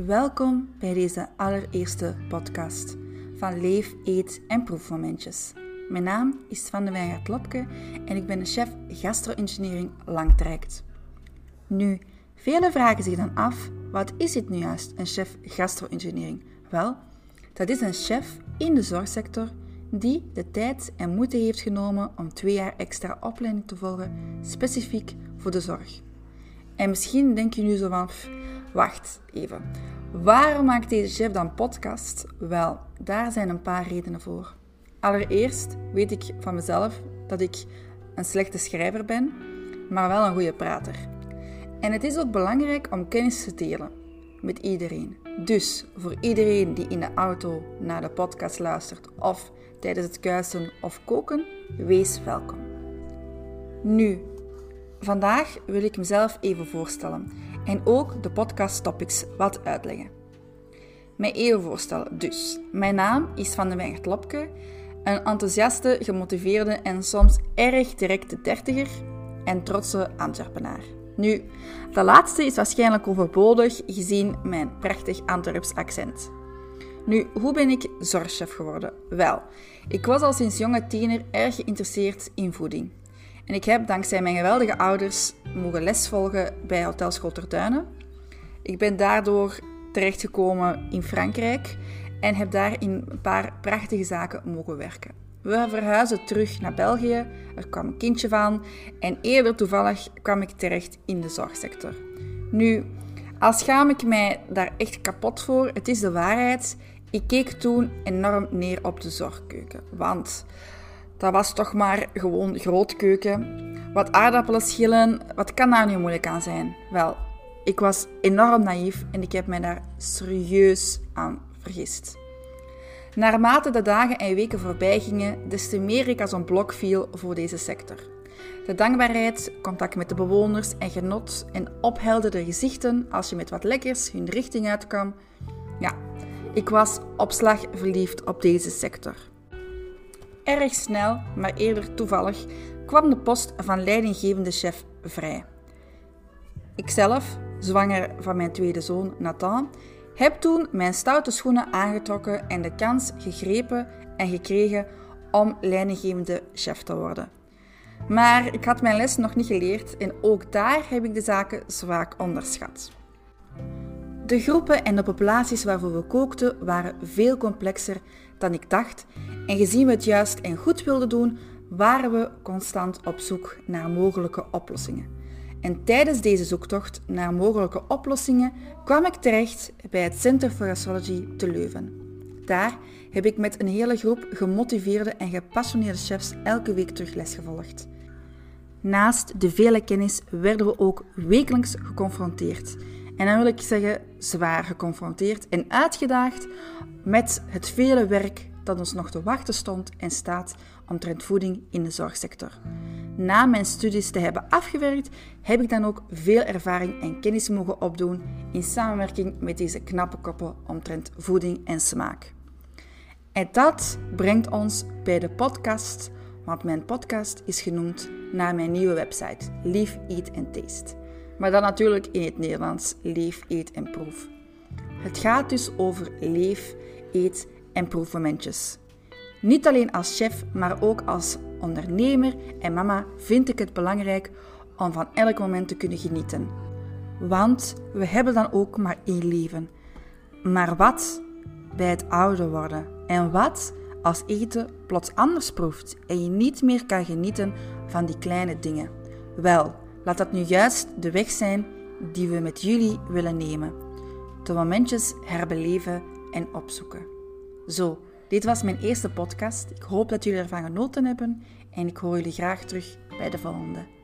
Welkom bij deze allereerste podcast van Leef, Eet en Proefmomentjes. Mijn naam is Van de Wijngaard-Lopke en ik ben de chef gastro-engineering Langtraject. Nu, velen vragen zich dan af, wat is dit nu juist, een chef gastro-engineering? Wel, dat is een chef in de zorgsector die de tijd en moeite heeft genomen om 2 jaar extra opleiding te volgen, specifiek voor de zorg. En misschien denk je nu zo van, wacht even, waarom maakt deze chef dan podcast? Wel, daar zijn een paar redenen voor. Allereerst weet ik van mezelf dat ik een slechte schrijver ben, maar wel een goede prater. En het is ook belangrijk om kennis te delen met iedereen. Dus voor iedereen die in de auto naar de podcast luistert of tijdens het kuisen of koken, wees welkom. Nu, vandaag wil ik mezelf even voorstellen en ook de podcast topics wat uitleggen. Mij even voorstellen dus. Mijn naam is Van de Wijngaard-Lopke, een enthousiaste, gemotiveerde en soms erg directe dertiger en trotse Antwerpenaar. Nu, dat laatste is waarschijnlijk overbodig gezien mijn prachtig Antwerps accent. Nu, hoe ben ik zorgchef geworden? Wel, ik was al sinds jonge tiener erg geïnteresseerd in voeding. En ik heb dankzij mijn geweldige ouders mogen lesvolgen bij Hotel School ter Duinen. Ik ben daardoor terechtgekomen in Frankrijk en heb daar in een paar prachtige zaken mogen werken. We verhuisden terug naar België, er kwam een kindje van en eerder toevallig kwam ik terecht in de zorgsector. Nu, al schaam ik mij daar echt kapot voor, het is de waarheid. Ik keek toen enorm neer op de zorgkeuken, want dat was toch maar gewoon grootkeuken. Wat aardappelen schillen, wat kan daar nu moeilijk aan zijn? Wel, ik was enorm naïef en ik heb mij daar serieus aan vergist. Naarmate de dagen en weken voorbij gingen, des te meer ik als een blok viel voor deze sector. De dankbaarheid, contact met de bewoners en genot en ophelderde gezichten als je met wat lekkers hun richting uitkwam. Ja, ik was op slag verliefd op deze sector. Erg snel, maar eerder toevallig, kwam de post van leidinggevende chef vrij. Ikzelf, zwanger van mijn tweede zoon Nathan, heb toen mijn stoute schoenen aangetrokken en de kans gegrepen en gekregen om leidinggevende chef te worden. Maar ik had mijn les nog niet geleerd en ook daar heb ik de zaken zwaar onderschat. De groepen en de populaties waarvoor we kookten waren veel complexer dan ik dacht en gezien we het juist en goed wilden doen, waren we constant op zoek naar mogelijke oplossingen. En tijdens deze zoektocht naar mogelijke oplossingen kwam ik terecht bij het Center for Gastrology te Leuven. Daar heb ik met een hele groep gemotiveerde en gepassioneerde chefs elke week terug les gevolgd. Naast de vele kennis werden we ook wekelijks geconfronteerd. En dan wil ik zeggen, zwaar geconfronteerd en uitgedaagd met het vele werk dat ons nog te wachten stond en staat omtrent voeding in de zorgsector. Na mijn studies te hebben afgewerkt, heb ik dan ook veel ervaring en kennis mogen opdoen in samenwerking met deze knappe koppen omtrent voeding en smaak. En dat brengt ons bij de podcast, want mijn podcast is genoemd naar mijn nieuwe website, Leef, Eat and Taste. Maar dan natuurlijk in het Nederlands, Leef, Eet en Proef. Het gaat dus over leef, eet en proefmomentjes. Niet alleen als chef, maar ook als ondernemer en mama vind ik het belangrijk om van elk moment te kunnen genieten. Want we hebben dan ook maar 1 leven. Maar wat bij het ouder worden? En wat als eten plots anders proeft en je niet meer kan genieten van die kleine dingen? Wel, laat dat nu juist de weg zijn die we met jullie willen nemen. De momentjes herbeleven en opzoeken. Zo, dit was mijn eerste podcast. Ik hoop dat jullie ervan genoten hebben en ik hoor jullie graag terug bij de volgende.